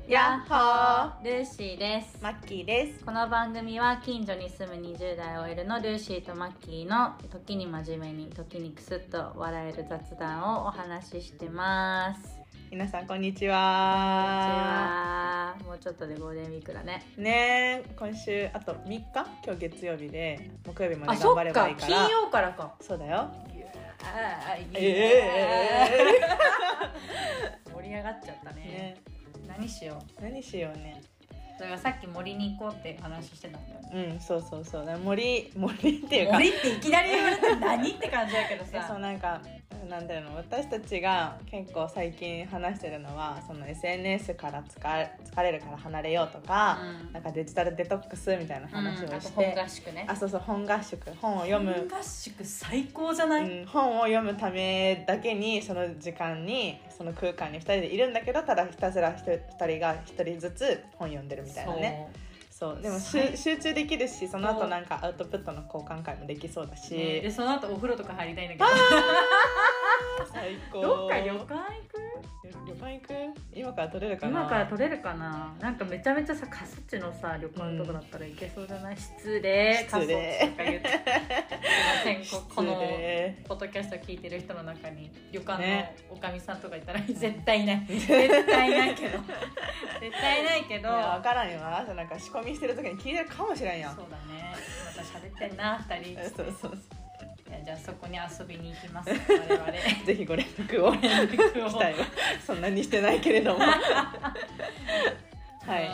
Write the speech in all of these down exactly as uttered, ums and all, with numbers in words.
やっほー、 ルーシーです。 マッキーです。 この番組は近所に住むにじゅう代 オーエル のルーシーとマッキーの時に真面目に時にクスッと笑える雑談をお話ししてます。 皆さんこんにちは。 は。 こんにちは。もうちょっとでゴールデンウィークだね。 ねえ、今週あとみっか、今日月曜日で木曜日まであ、そっ頑張ればいいか、 から。 金曜からか。 そうだよ。 あー、 えー、盛り上がっちゃったね。 ね、 何しよう。 何しようね。 だからさっき森に行こうって話してたんだよね。 うん、そうそうそう。森森っていうか。 森っていきなり言われて何って感じだけどさ。 そうなんか。なんだろう、私たちが結構最近話してるのはその エスエヌエス から疲れ、疲れるから離れようとか、うん、なんかデジタルデトックスみたいな話をして、うん、あと本合宿ね。 あ、そうそう、本合宿、本を読む、 本合宿最高じゃない、 うん、本を読むためだけにその時間にその空間にふたりでいるんだけど、ただひたすらふたりがひとりずつ本読んでるみたいなね。そうでも集中できるし、その後なんかアウトプットの交換会もできそうだし、 ね、でその後お風呂とか入りたいんだけど最高。 どっか旅館行く？ 旅館行く？今から取れるかな？ 今から取れるかな？なんかめちゃめちゃさ、カスッチのさ旅館とかだったらいけそうじゃない？うん、失礼失礼とか言ってすいません、こ, このポッドキャスト聞いてる人の中に旅館のおかみさんとかいたら、ね、絶対いない絶対いないけど絶対いないけど、いや分からんよな。なんか仕込みしてる時に聞いてるかもしれんやん。 そうだね、また喋ってんなふたりそうそうそう。 いや、じゃあそこに遊びに行きます我々 ぜひご連絡を連絡をしたいわ。そんなにしてないけれどもはい、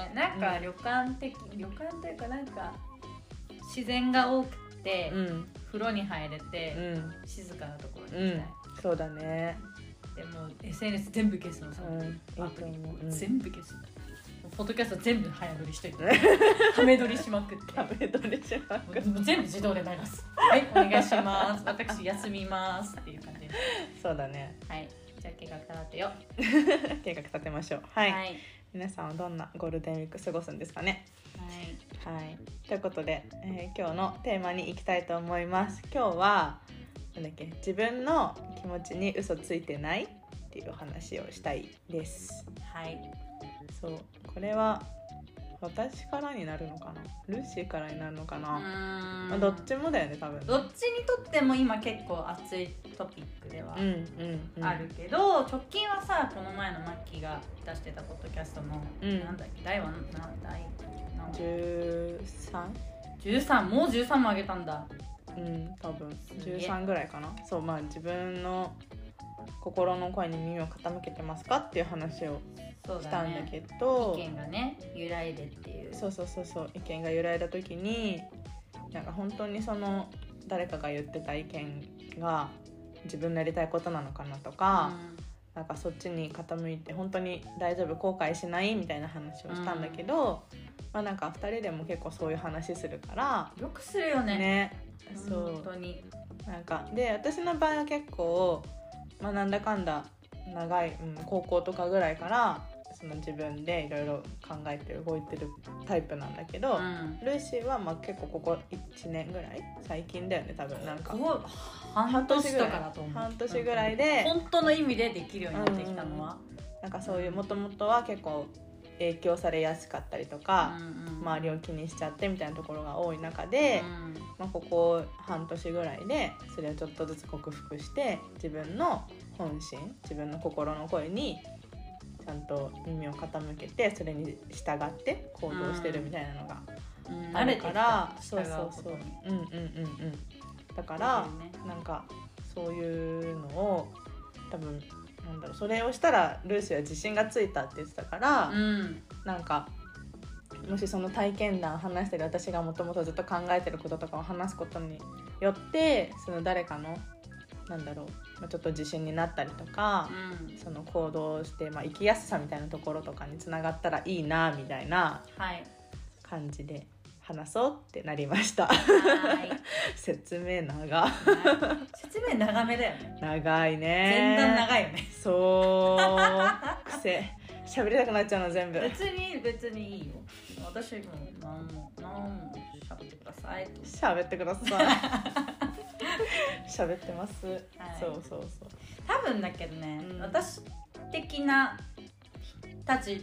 なんか旅館的、うん、旅館というかなんか自然が多くて、うん、風呂に入れて、うん、静かなところに行きたい、うん、 そうだね。 でも エスエヌエス 全部消すのさ、うん、いいと思う、うん、全部消す。ポッドキャスト全部早撮りしといてため撮りしまくってため撮りしまくって全部自動で流す。はいお願いします、私休みますっていう感じで。 そうだね。 はい、じゃあ計画立てよう計画立てましょう。はい、はい、皆さんはどんなゴールデンウィーク過ごすんですかね。はい、はい、ということで、えー、今日のテーマに行きたいと思います。今日はなんだっけ、自分の気持ちに嘘ついてないっていう話をしたいです。 はい、 そう、これは私からになるのかな、ルーシーからになるのかな、うーん、まあ、どっちもだよね多分。 どっちにとっても今結構熱いトピックではあるけど、うんうんうん、直近はさ、この前のマッキーが出してたポッドキャストの、うん、なんだっけ、第は何第じゅうさん？ じゅうさん、もうじゅうさんも上げたんだ。 うん、多分じゅうさんぐらいかな。そう、まあ自分の心の声に耳を傾けてますかっていう話をしたんだけど、 ね、意見がね揺らいでっていう、 そうそうそうそう、意見が揺らいだ時になんか本当にその誰かが言ってた意見が自分のやりたいことなのかなとか、うん、なんかそっちに傾いて本当に大丈夫、後悔しないみたいな話をしたんだけど、うん、まあなんかふたりでも結構そういう話するからよくするよね。 ね、そう本当になんかで、私の場合は結構まあ、なんだかんだ長い、うん、高校とかぐらいからその自分でいろいろ考えて動いてるタイプなんだけど、うん、ルーシーはまあ結構ここいちねんぐらい、最近だよね多分。なんか半年とかだと思う。 半年ぐらいで本当の意味でできるようになってきたのは、 うん、なんかそういうもともとは結構影響されやすかったりとか、うんうん、周りを気にしちゃってみたいなところが多い中で、うんまあ、ここ半年ぐらいでそれをちょっとずつ克服して自分の本心、自分の心の声にちゃんと耳を傾けてそれに従って行動してるみたいなのがあるから、うんうん、そうそうそう、うんうんうんうんだから、ね、なんかそういうのを多分なんだろう、それをしたらルーシーは自信がついたって言ってたから、うん、なんかもしその体験談話してる私がもともとずっと考えてることとかを話すことによってその誰かのなんだろう、ちょっと自信になったりとか、うん、その行動して、まあ、生きやすさみたいなところとかにつながったらいいなみたいな感じで話そうってなりました。はい説明長説明長めだよね。 長いね。 前段長いよね。 そう癖喋りたくなっちゃうの全部。 別に別にいいよ。私も何も何も喋ってください。 喋ってください。喋ってます、はい。そうそうそう。 多分だけどね、うん、私的な立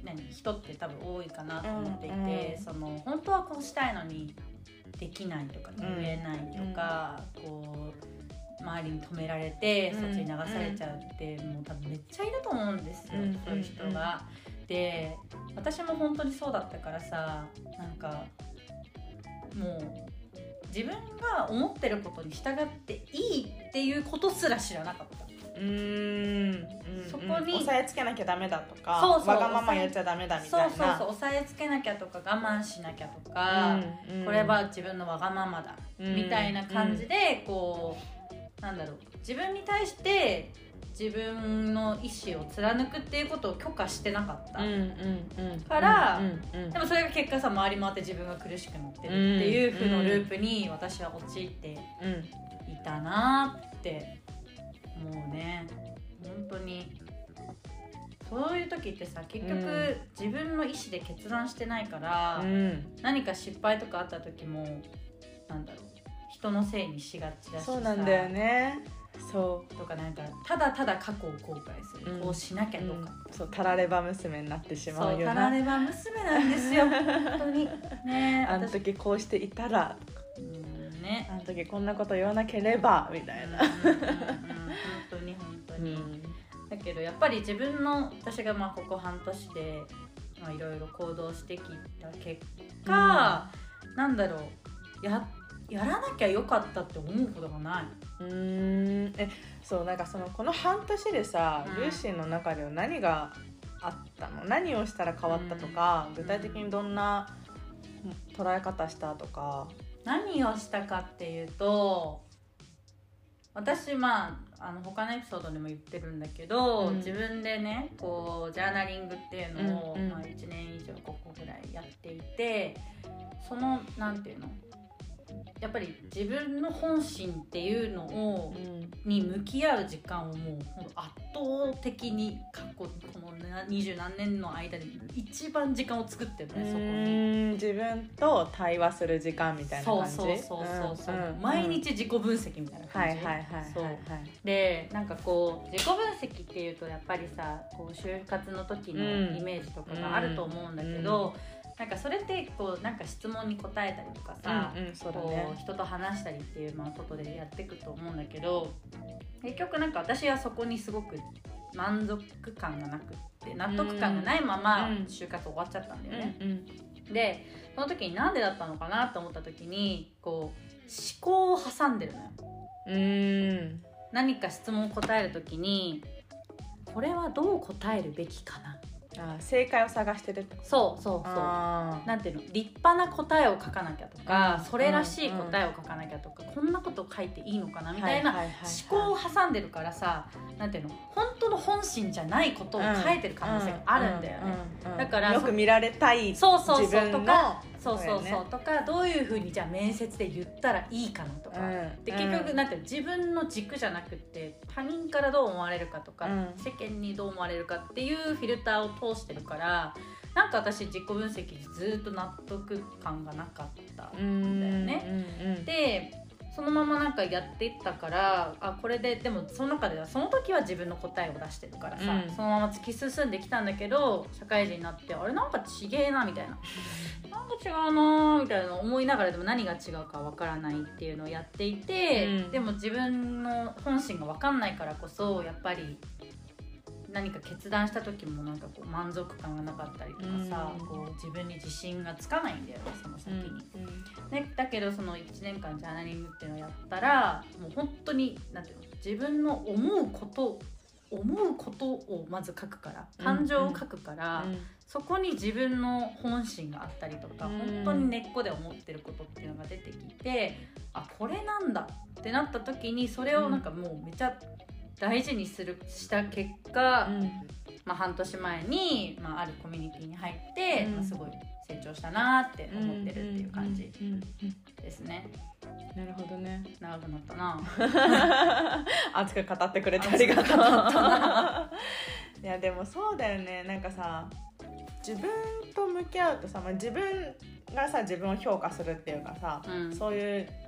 何人って多分多いかなと思っていて、うん、その本当はこうしたいのにできないとか言えないとか、うん、こう周りに止められて、うん、そっちに流されちゃうって、うん、もう多分めっちゃいると思うんですよ、うん、そういう人が、うん、で私も本当にそうだったからさ、なんかもう自分が思ってることに従っていいっていうことすら知らなかった。うーん、そこに押さえつけなきゃダメだとか、そうそうわがままやっちゃダメだみたいな、 そうそうそう、押さえつけなきゃとか我慢しなきゃとか、うんうん、これは自分のわがままだ、うん、みたいな感じでこうなんだろう、自分に対して自分の意思を貫くっていうことを許可してなかった、うんうんうん、から、うんうん、でもそれが結果さ回り回って自分が苦しくなってるっていう負のループに私は陥っていたなってもうね、本当にそういう時ってさ結局、うん、自分の意思で決断してないから、うん、何か失敗とかあった時もなんだろう、人のせいにしがちだしさ、 そうなんだよね、そうとかなんかただただ過去を後悔する、うん、こうしなきゃとか、うん、 そうたられば娘になってしまうような、 そうたられば娘なんですよ本当にね、 あの時こうしていたらとか、うんね、あの時こんなこと言わなければみたいな、うんうんうんうん、本当に本当に、うん、だけどやっぱり自分の私がまあここ半年でいろいろ行動してきた結果、うん、なんだろう、ややらなきゃよかったって思うことがない。 うーんえそうなんかそのこの半年でさ、うん、ルーシーの中では何があったの？何をしたら変わったとか、うん、具体的にどんな捉え方したとか。 何をしたかっていうと、私まああの他のエピソードでも言ってるんだけど、うん、自分でねこうジャーナリングっていうのを、うんうんまあ、いちねん以上ここぐらいやっていて、そのなんていうのやっぱり自分の本心っていうのを、うん、に向き合う時間をもう圧倒的に過去この二十何年の間に一番時間を作ってるね、そこに自分と対話する時間みたいな感じ。 そうそうそうそう、うん、毎日自己分析みたいな感じ、うん、はいはいはいはい、はい、でなんかこう自己分析っていうとやっぱりさこう就活の時のイメージとかがあると思うんだけど、うんうんなんかそれってこうなんか質問に答えたりとかさ、うんうんそうだね、こう人と話したりっていうまあことでやっていくと思うんだけど、結局なんか私はそこにすごく満足感がなくって納得感がないまま就活終わっちゃったんだよね、うんうん、でその時になんでだったのかなと思った時にこう思考を挟んでるのよ。うーん何か質問を答える時にこれはどう答えるべきかな、 あ正解を探してるってこと。 そうそうそう、なんていうの立派な答えを書かなきゃとか、うん、それらしい答えを書かなきゃとか、うん、こんなことを書いていいのかなみたいな思考を挟んでるからさ、なんていうの本当の本心じゃないことを書いてる可能性があるんだよね、だからよく見られたい自分のそうそうそうとかそうそうそうとかどういうふうにじゃあ面接で言ったらいいかなとか、うん、で結局なんて自分の軸じゃなくって他人からどう思われるかとか、うん、世間にどう思われるかっていうフィルターを通してるから、なんか私自己分析ずっと納得感がなかったんだよね、うんうんうん、でそのままなんかやっていったから、あこれででもその中ではその時は自分の答えを出してるからさ、うん、そのまま突き進んできたんだけど、社会人になってあれなんかちげえなみたいななんか違うなみたいな思いながらでも何が違うかわからないっていうのをやっていて、うん、でも自分の本心がわかんないからこそやっぱり何か決断した時もなんかこう満足感がなかったりとかさ、うん、こう自分に自信がつかないんだよねその先に、うんうんね、だけどそのいちねんかんジャーナリングっていうのをやったらもう本当になんていうの自分の思うこと思うことをまず書くから感情を書くから、うんうん、そこに自分の本心があったりとか、うん、本当に根っこで思ってることっていうのが出てきて、あこれなんだってなった時にそれをなんかもうめちゃ大事にするした結果、うんまあ、半年前に、まあ、あるコミュニティに入って、うんまあ、すごい成長したなって思ってるっていう感じですね。 なるほどね。 長くなったな熱く語ってくれてありがとういやでもそうだよね。なんかさ自分と向き合うとさ、まあ、自分がさ自分を評価するっていうかさ、うん、そういう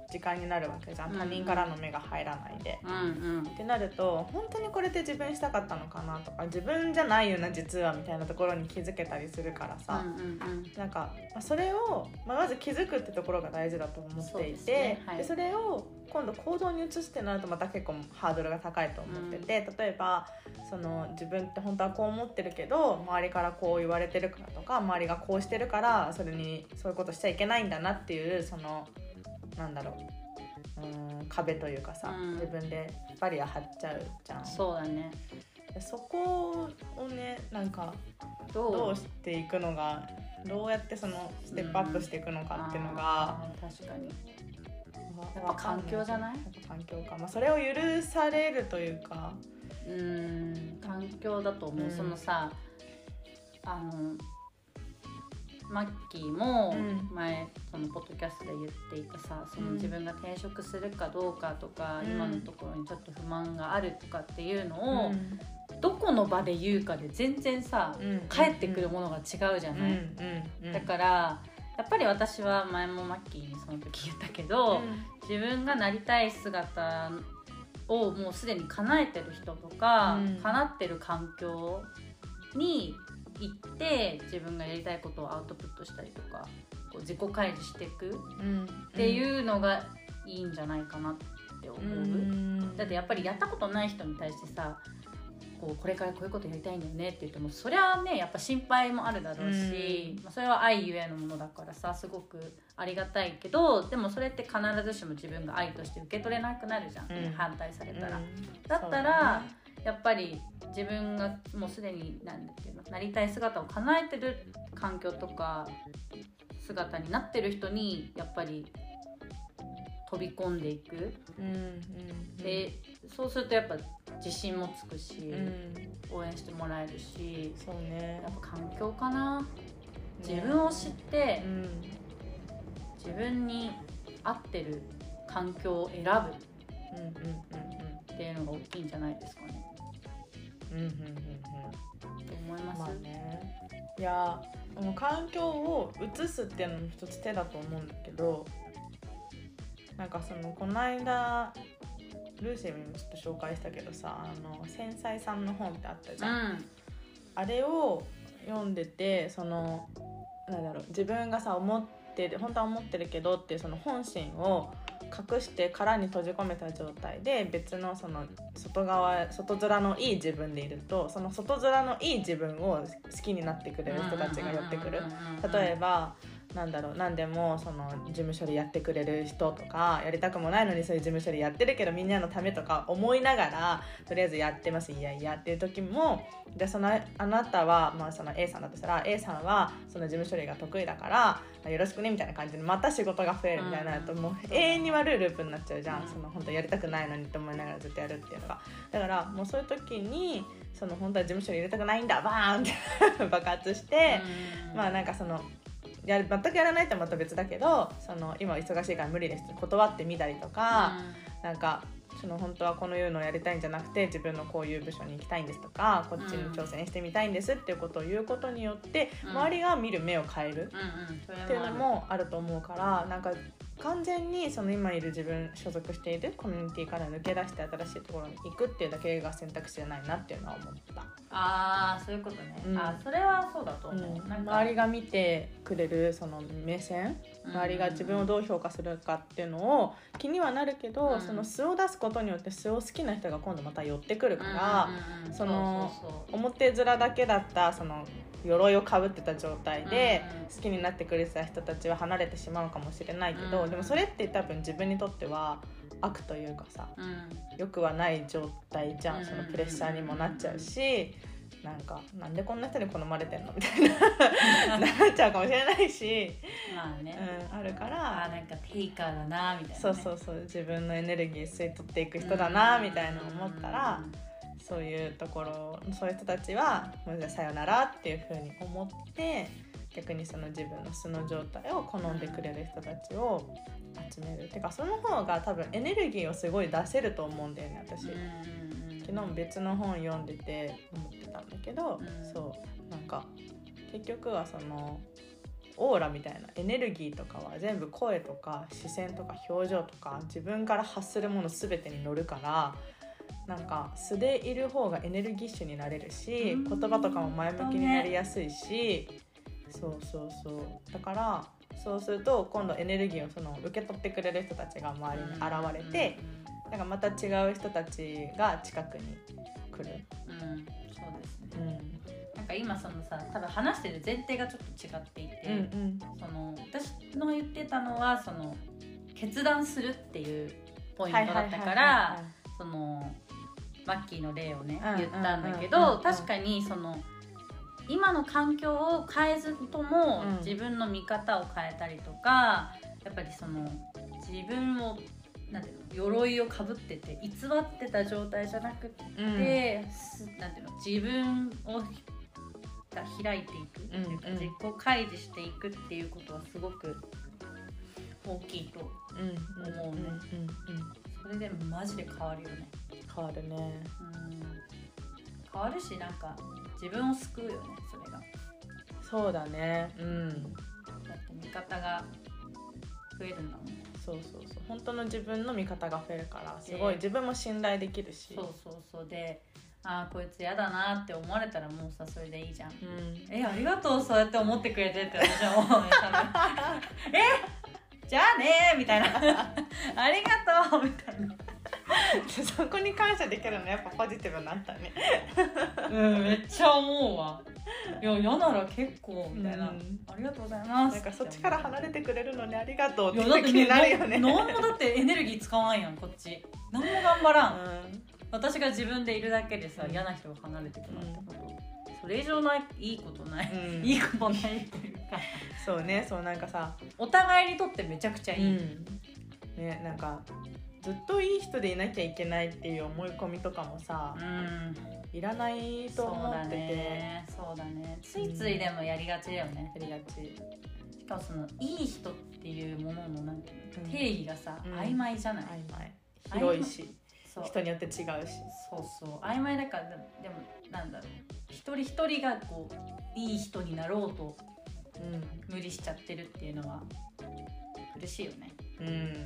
時間になるわけじゃん、他人からの目が入らないで、 うんうん、 ってなると本当にこれって自分したかったのかなとか、自分じゃないよな実はみたいなところに気づけたりするからさ、 うんうんうん、 なんかそれを、まあ、まず気づくってところが大事だと思っていて、 そ,、ねはい、でそれを今度行動に移すってなるとまた結構ハードルが高いと思ってて、うん、例えばその自分って本当はこう思ってるけど周りからこう言われてるからとか、周りがこうしてるからそれにそういうことしちゃいけないんだなっていうそのなんだろう、うーん壁というかさ、うん、自分でバリア張っちゃうじゃん。 そうだね。 そこをねなんかどう、どうしていくのが、どうやってそのステップアップしていくのかっていうのが、 うん、確かにやっぱ環境じゃない？やっぱ環境か、まあ、それを許されるというか、 うーん環境だと思う、うん、そのさあのマッキーも前、うん、そのポッドキャストで言っていたさ、その自分が転職するかどうかとか、うん、今のところにちょっと不満があるとかっていうのを、うん、どこの場で言うかで全然さ、うん、返ってくるものが違うじゃない、うんうんうん、だからやっぱり私は前もマッキーにその時言ったけど、うん、自分がなりたい姿をもうすでに叶えてる人とか、うん、叶ってる環境に行って自分がやりたいことをアウトプットしたりとかこう自己開示していくっていうのがいいんじゃないかなって思う、うん、だってやっぱりやったことない人に対してさこうこれからこういうことやりたいんだよねって言ってもそれはねやっぱ心配もあるだろうし、うんまあ、それは愛ゆえのものだからさすごくありがたいけど、でもそれって必ずしも自分が愛として受け取れなくなるじゃん、うん、反対されたら、うん、だったら、ね、やっぱり自分がもうすでに何ていうのなりたい姿を叶えてる環境とか姿になってる人にやっぱり飛び込んでいく、うんうんうん、でそうするとやっぱ自信もつくし、うん、応援してもらえるし、 そうね、 やっぱ環境かな、ね、自分を知って、うん、自分に合ってる環境を選ぶっていうのが大きいんじゃないですかね。うんうんうんうん。って思います。 まあね、いやもう環境を移すっていうのも一つ手だと思うんだけど、なんかそのこの間ルーシーにもちょっと紹介したけどさ、あの繊細さんの本ってあったじゃん、うん、あれを読んでて、そのなんだろう、自分がさ思って本当は思ってるけどっていうその本心を隠して殻に閉じ込めた状態で別のその外側外面のいい自分でいると、その外面のいい自分を好きになってくれる人たちが寄ってくる。例えばなんだろう、何でもその事務処理やってくれる人とか、やりたくもないのにそういう事務処理やってるけどみんなのためとか思いながらとりあえずやってます、いやいやっていう時も、でそのあなたは、まあ、その A さんだとしたら A さんはその事務処理が得意だからよろしくねみたいな感じでまた仕事が増えるみたいになると、もう永遠に悪いループになっちゃうじゃん、その本当やりたくないのにと思いながらずっとやるっていうのが。だからもうそういう時にその本当は事務処理入れたくないんだバーンって爆発して、まあなんかそのやる全くやらないとまた別だけど、その今忙しいから無理ですって断ってみたりとか、うん、なんかその本当はこのいうのをやりたいんじゃなくて自分のこういう部署に行きたいんですとか、こっちに挑戦してみたいんですっていうことを言うことによって、うん、周りが見る目を変えるっていうのもあると思うから、なんか完全にその今いる自分所属しているコミュニティから抜け出して新しいところに行くっていうだけが選択肢じゃないなっていうのは思った。 ああ、そういうことね、うん、あそれはそうだと思う、うん、 なんか周りが見てくれるその目線、周りが自分をどう評価するかっていうのを気にはなるけど、うん、その素を出すことによって素を好きな人が今度また寄ってくるから、その表面だけだったその鎧をかぶってた状態で好きになってくれてた人たちは離れてしまうかもしれないけど、でもそれって多分自分にとっては悪というかさ、良くはない状態じゃん。そのプレッシャーにもなっちゃうし、なんかなんでこんな人に好まれてんのみたいななっちゃうかもしれないし、 まあね、 うん、あるから、 あなんかテイカーだなみたいな、ね、 そうそうそう、自分のエネルギー吸い取っていく人だなみたいな思ったら、そういうところ、そういう人たちはもうじゃあさよならっていう風に思って、逆にその自分の素の状態を好んでくれる人たちを集める。てかその方が多分エネルギーをすごい出せると思うんだよね、私。昨日も別の本読んでて思ってたんだけど、うん、そうなんか結局はそのオーラみたいなエネルギーとかは全部声とか視線とか表情とか自分から発するもの全てに乗るから、なんか素でいる方がエネルギッシュになれるし、言葉とかも前向きになりやすいし、そうそうそうだからそうすると今度エネルギーをその受け取ってくれる人たちが周りに現れて、なんかまた違う人たちが近くに来る。 うん、そうですね、うん、なんか今そのさ多分話してる前提がちょっと違っていて、うんうん、その私の言ってたのはその決断するっていうポイントだったから、そのマッキーの例をね、うん、言ったんだけど、うんうんうん、確かにその今の環境を変えずとも、うん、自分の見方を変えたりとか、やっぱりその自分をなんていうの鎧をかぶってて偽ってた状態じゃなくて、うん、なんていうの自分をが開いていくっていうか、うんうん、自己開示していくっていうことはすごく大きいと思うね。それでマジで変わるよね。 変わるね、うん、 変わるし、なんか自分を救うよね、それが。 そうだね、うん、 だって見方が増えるんだもん。 そうそうそう、本当の自分の見方が増えるからすごい自分も信頼できるし、 そうそうそうで、あーこいつ嫌だなって思われたらもうさそれでいいじゃん、うん、えありがとうそうやって思ってくれてって私は思うね多分えじゃあねみたいなありがとうみたいなそこに感謝できるのやっぱポジティブになったねうんめっちゃ思うわ。いや嫌なら結構みたいな、うん、ありがとうございます。 なんかそっちから離れてくれるのにありがとうって気になるよね。 何もだってエネルギー使わんやんこっち。何も頑張らん、うん、私が自分でいるだけでさ、うん、嫌な人が離れてくるってこと、うん、それ以上ないいいことない、うん、いいことないっていうかそうね、そうなんかさお互いにとってめちゃくちゃいい、うん、 ね、なんかずっといい人でいなきゃいけないっていう思い込みとかもさ、うん、いらないと思ってて、 そうだね、そうだね、ついついでもやりがちだよね、 うん、やりがち。 しかもそのいい人っていうもののなんていうの、うん、定義がさ、うん、曖昧じゃない、 曖昧、広いし人によって違うし、 そうそう曖昧だから。でもなんだろう、一人一人がこういい人になろうと、うん、無理しちゃってるっていうのは苦しいよね。うん、うん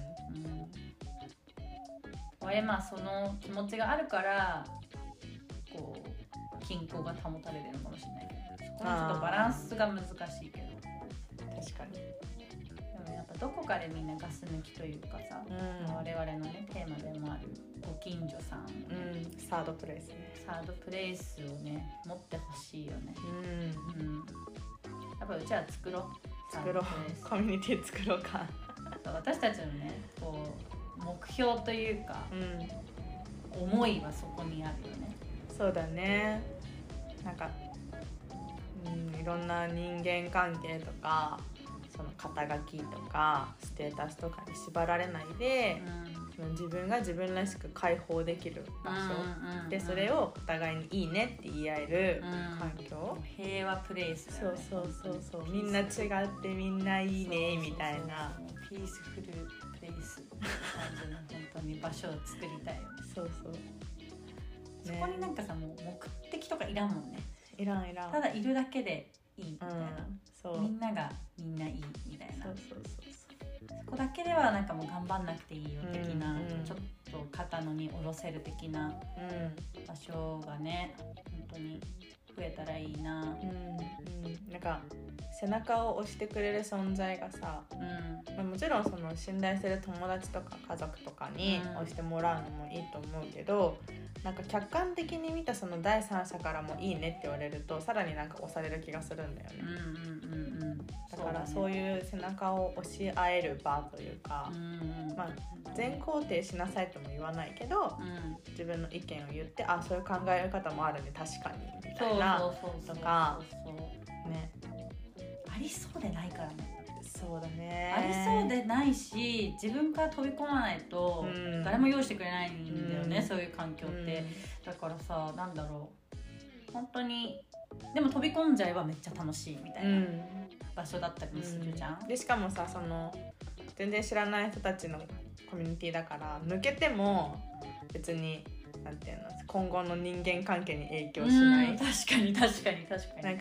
俺まあその気持ちがあるからこう均衡が保たれるのかもしれないけど、そこのちょっとバランスが難しいけど、 確かに。 でもやっぱどこかでみんなガス抜きというかさ、うん、我々のねテーマでもあるご近所さん、 ね、うん、サードプレイスね、 サードプレイスをね持ってほしいよね、うんうん、やっぱうちは作ろう作ろうコミュニティ作ろうかそう私たちのねこう目標というか、うん、思いはそこにあるよね。 そうだね。なんか、うん、いろんな人間関係とかその肩書きとかステータスとかに縛られないで、うん、自分が自分らしく解放できる場所、うんうん、でそれをお互いにいいねって言い合える環境、 うん、平和プレイスだよね。 そうそうそうそう、みんな違ってみんないいねみたいなピースフルプレイスって感じの本当に場所を作りたいよね。 そうそう、ね、 そこになんかさもう目的とかいらんもんね。 いらんいらん。 ただいるだけでいいみたいな、うん、 そうみんながみんないいみたいな。 そうそうそうそうそこだけではなんかもう頑張んなくていいよ的な、うんうん、ちょっと肩のに下ろせる的な場所がね本当に増えたらいいな、うんうん、 なんか背中を押してくれる存在がさ、うんまあ、もちろんその信頼する友達とか家族とかに押してもらうのもいいと思うけど、うん、なんか客観的に見たその第三者からもいいねって言われるとさらになんか押される気がするんだよね、うんうんうんうん、だからそういう背中を押し合える場というか、うんうんまあ、全肯定しなさいとも言わないけど、うん、自分の意見を言ってあそういう考え方もあるね確かにみたいなとかね、 ありそうでないからね。 そうだね。 ありそうでないし自分から飛び込まないと誰も用意してくれないんだよね、うん、そういう環境って、うん、だからさなんだろう本当にでも飛び込んじゃえばめっちゃ楽しいみたいな場所だったりもするじゃん、 うん、でしかもさその全然知らない人たちのコミュニティだから抜けても別になんていうの今後の人間関係に影響しない、 うん、確かに確かに確かになんか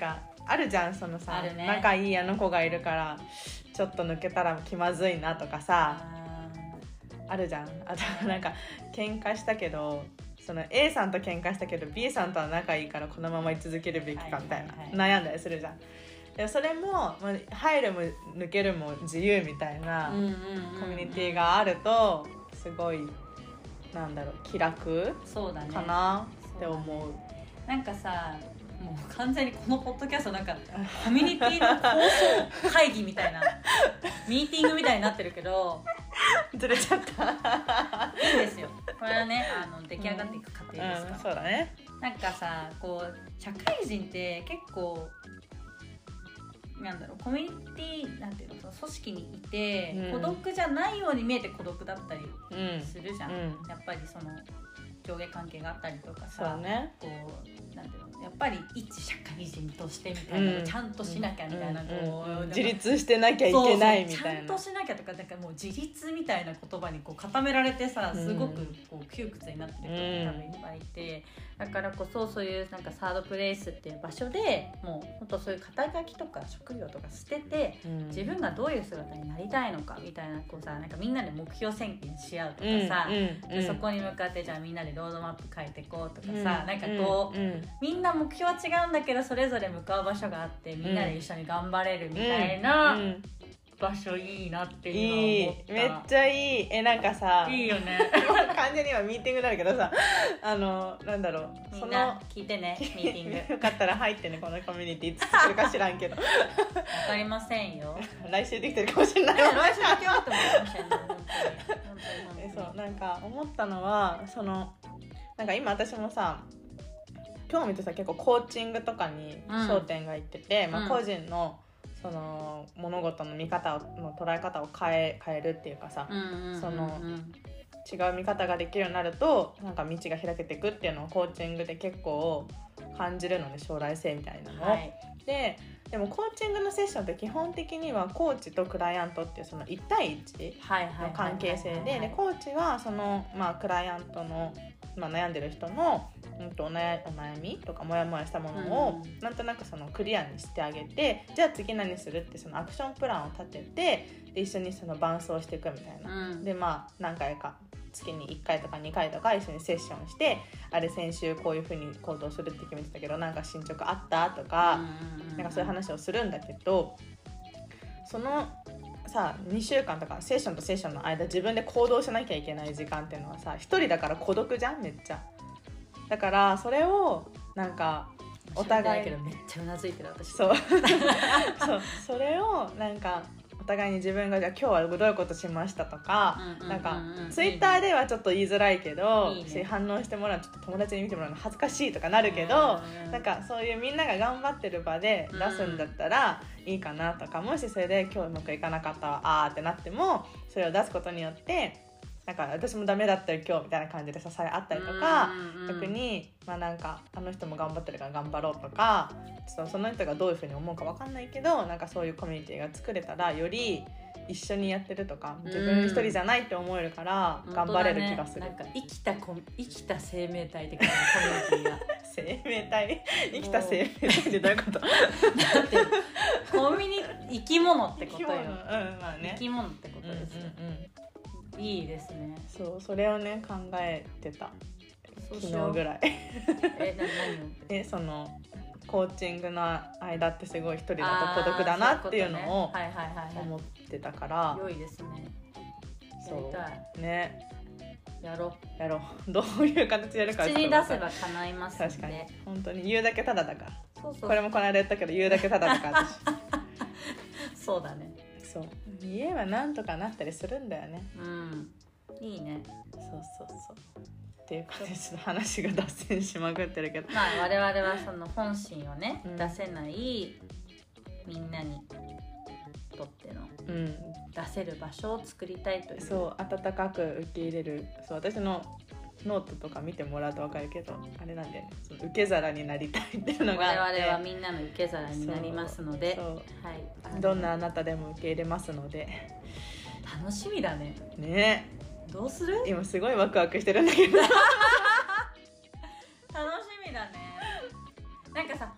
あるじゃんそのさ、ね、仲いいあの子がいるからちょっと抜けたら気まずいなとかさ あ, あるじゃん。あとなんか喧嘩したけどその A さんと喧嘩したけど B さんとは仲いいからこのまま居続けるべきかみたいな、はいはいはい、悩んだりするじゃん。でもそれも、まあ、入るも抜けるも自由みたいなコミュニティがあるとすごいなんだろう気楽かなって思う。 そうだね。なんかさもう完全にこのポッドキャストなんかコミュニティの構想会議みたいなミーティングみたいになってるけどずれちゃったいいんですよこれはねあの出来上がっていく過程ですから、うんうん、そうだね。 なんかさこう社会人って結構なんだろうコミュニティなんていうのその組織にいて、うん、孤独じゃないように見えて孤独だったりするじゃん、うんうん、やっぱりその上下関係があったりとかさ、 ね、 こうなんていうのやっぱり一社会人としてみたいな、うん、ちゃんとしなきゃみたいな、うん、こう、 うん、自立してなきゃいけないみたいなちゃんとしなきゃとかなんかもう自立みたいな言葉にこう固められてさすごくこう窮屈になってる人が多分いっぱいいて、だからこそそういうなんかサードプレイスっていう場所でもう本当そういう肩書きとか職業とか捨てて、うん、自分がどういう姿になりたいのかみたいなこうさなんかみんなで目標宣言し合うとかさ、うんうんうん、でそこに向かってじゃあみんなでロードマップ書いていこうとかさ、うん、なんかこう、うん、みんな目標は違うんだけどそれぞれ向かう場所があってみんなで一緒に頑張れるみたいな、うんうん場所いいなっていうのを思った。 いいめっちゃいい。えなんかさいいよね完全に今ミーティングになるけどさあのなんだろうみんな聞いてねミーティングよかったら入ってねこのコミュニティつってるか知らんけどわかりませんよ来週できてるかもしれない、 ね、来週できるかもしれない本当にえそうなんか思ったのはそのなんか今私もさ興味とさ結構コーチングとかに焦点がいってて、うんまあ、個人のその物事の見方の捉え方を変え、変えるっていうかさ、うんうんうんうん、その違う見方ができるようになるとなんか道が開けていくっていうのをコーチングで結構感じるので将来性みたいなのを、はい、で, でもコーチングのセッションって基本的にはコーチとクライアントっていうそのいち対いちの関係性で、でコーチはその、まあ、クライアントの、まあ、悩んでる人の、うん、とお悩みとかモヤモヤしたものを、うん、なんとなくそのクリアにしてあげて、じゃあ次何するってそのアクションプランを立ててで一緒にその伴走していくみたいな、うん、でまあ何回か月にいっかいとかにかいとか一緒にセッションして、あれ先週こういう風に行動するって決めてたけどなんか進捗あったとか、うん、なんかそういう話をするんだけど、そのさにしゅうかんとかセッションとセッションの間自分で行動しなきゃいけない時間っていうのはさ一人だから孤独じゃんめっちゃ。だからそれをなんかお互いけどめっちゃうなずいてる私。 そうそうそれをなんかお互いに自分がじゃあ今日はどういうことしましたとか、うんうんうんうん、なんかツイッターではちょっと言いづらいけど、いいね、反応してもらうちょっと友達に見てもらうの恥ずかしいとかなるけど、うんうん、なんかそういうみんなが頑張ってる場で出すんだったらいいかなとか、もしそれで今日うまくいかなかったわあーってなってもそれを出すことによってなんか私もダメだったよ今日みたいな感じで支え合ったりとか、うんうん、逆にまあなんかあの人も頑張ってるから頑張ろうとか、ちょっとその人がどういうふうに思うか分かんないけどなんかそういうコミュニティが作れたらより一緒にやってるとか自分一人じゃないって思えるから頑張れる気がする、 ね、なんか生きたコ生きた生命体的なコミュニティが生命体生きた生命体ってどういうことだってコミュニ生き物ってことよ、 生き物、うんまあね、 生き物ってことですよ、うんうんうん、いいですね。 そうそれをね考えてた昨日ぐらいえ何をえそのコーチングの間ってすごい一人だと孤独だなっていうのを思ってたから良いですね。 そうやりたいね、 やろうやろうどういう形でやるか口に出せば叶いますんで。 確かに本当に言うだけただだから。 そうそうこれもこの間言ったけど言うだけただだから私そうだね。 そう言えばなんとかなったりするんだよね。 うんいいね。 そうそうそうっていう形の話が脱線しまくってるけど、 まあ我々はその本心をね、うん、出せないみんなにとっての、うん、出せる場所を作りたいという。 そう温かく受け入れる。そう私のノートとか見てもらうと分かるけどあれなんだよね、その受け皿になりたいっていうのがあって、 我々はみんなの受け皿になりますので、そうそう、 はい、どんなあなたでも受け入れますので。 楽しみだね。 ねどうする？ 今すごいワクワクしてるんだけど楽しみだね。なんかさ本当に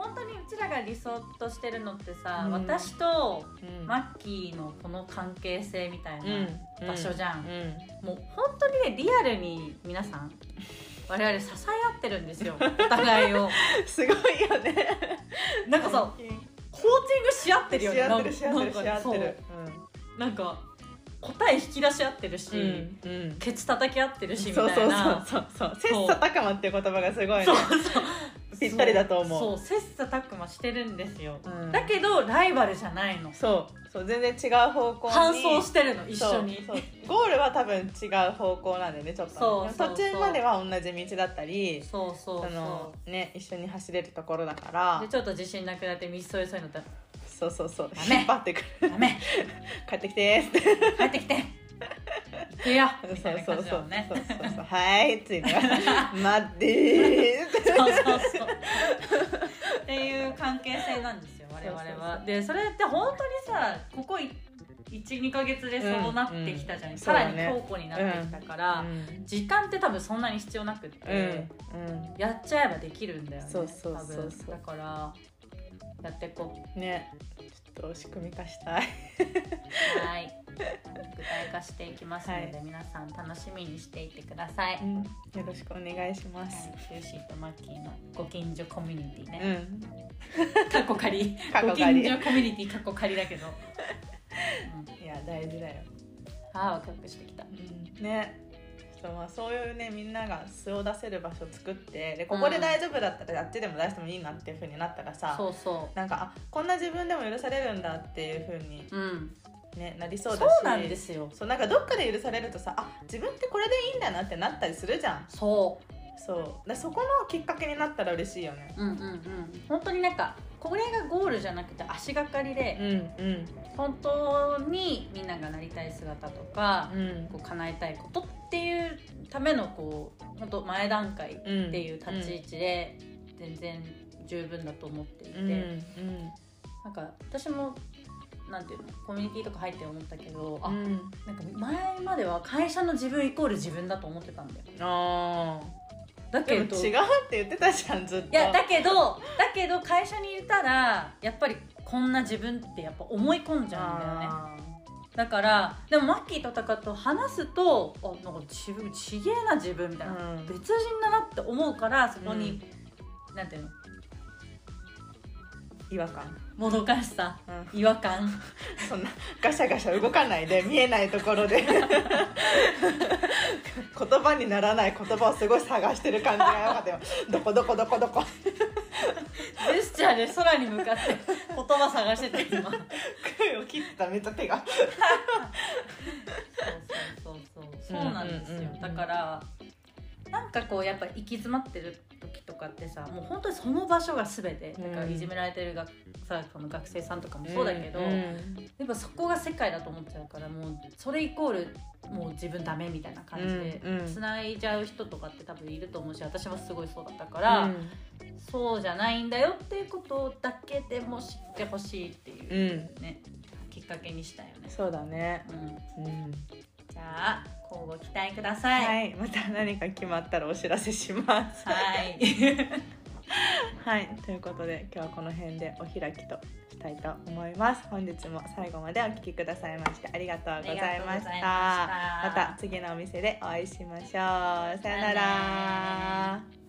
ちらが理想としてるのってさ、 うん、 私とマッキーのこの関係性みたいな場所じゃん、うんうん、もう本当にねリアルに皆さん我々支え合ってるんですよお互いをすごいよねなんかさコーチングし合ってるよね。 し合ってるし合ってるし合ってる、 うん、なんか答え引き出し合ってるし、うんうん、ケツ叩き合ってるしみたいな。 そうそうそうそう切磋琢磨っていう言葉がすごいねそうそうぴったりだと思う。そう切磋琢磨してるんですよ、うん、だけどライバルじゃないの。 そうそう全然違う方向に搬送してるの一緒に。 そうそうゴールは多分違う方向なんでねちょっとそうそうそう途中までは同じ道だったりそうそうそうその、ね、一緒に走れるところだからでちょっと自信なくなって道それそういうのってそうそうそう引っ張ってくるダメ帰ってきてーって帰ってきて行くよみたいなそうそう感じだもんね。 そうそうそうはいついに待ってーそうそうそうっていう関係性なんですよ我々は。そうそうそうでそれって本当にさここいち、にかげつでそうなってきたじゃん、うんうん、さらに強固になってきたから、うん、時間って多分そんなに必要なくって、うんうん、やっちゃえばできるんだよね。 そうそうそうそうだからやっていこうね。ちょっと仕組み化したいはい具体化していきますので、はい、皆さん楽しみにしていてください、 うん、よろしくお願いします、 はい、シューシーとマッキーのご近所コミュニティね、 うん、 カッコ仮ご近所コミュニティカッコ仮だけど、 うん、いや大事だよ。 ああワクワクしてきた、 うん、ねまあ、そういうねみんなが素を出せる場所を作ってでここで大丈夫だったらあっちでも出してもいいなっていう風になったらさ、 そうそうなんかあこんな自分でも許されるんだっていう風に、 うんね、なりそうだしそうなんですよ。 そうなんかどっかで許されるとさあ自分ってこれでいいんだなってなったりするじゃん。 そうそうだそこのきっかけになったら嬉しいよね。 うんうんうん本当になんかこれがゴールじゃなくて足がかりで、 うんうん、 本当にみんながなりたい姿とか、うん、こう叶えたいことっていうためのこう本当前段階っていう立ち位置で全然十分だと思っていて、うんうん、なんか私もなんていうのコミュニティとか入って思ったけど、あ、うん、なんか前までは会社の自分イコール自分だと思ってたんだよ。 あだけど違うって言ってたじゃんずっと。 いやだけどだけど会社にいたらやっぱりこんな自分ってやっぱ思い込んじゃうんだよね。だからでもマッキーとタカと話すとあなんか自分ちげえな自分みたいな、うん、別人だなって思うからそこに、うん、なんていうの違和感もどかしさ、うん、違和感そんなガシャガシャ動かないで見えないところで言葉にならない言葉をすごい探してる感じがよかったよどこどこどこどこジェスチャーで空に向かって言葉探してた今声を切ってためっちゃ手がそうそうそうそうそうなんですよ、うんうんうんうん、だからなんかこうやっぱ行き詰まってる時とかってさもう本当にその場所が全て、うん、だからいじめられてるがさその学生さんとかもそうだけど、うんうん、やっぱそこが世界だと思っちゃうからもうそれイコールもう自分ダメみたいな感じで繋いじゃう人とかって多分いると思うし私もすごいそうだったから、うん、そうじゃないんだよっていうことだけでも知ってほしいっていうね、うん、きっかけにしたよね。 そうだね、 うんうん、じゃあ今後期待ください。 はい、また何か決まったらお知らせしますはいはい、ということで今日はこの辺でお開きとしたいと思います。本日も最後までお聞きくださいましてありがとうございました。また次のお店でお会いしましょう。さよなら。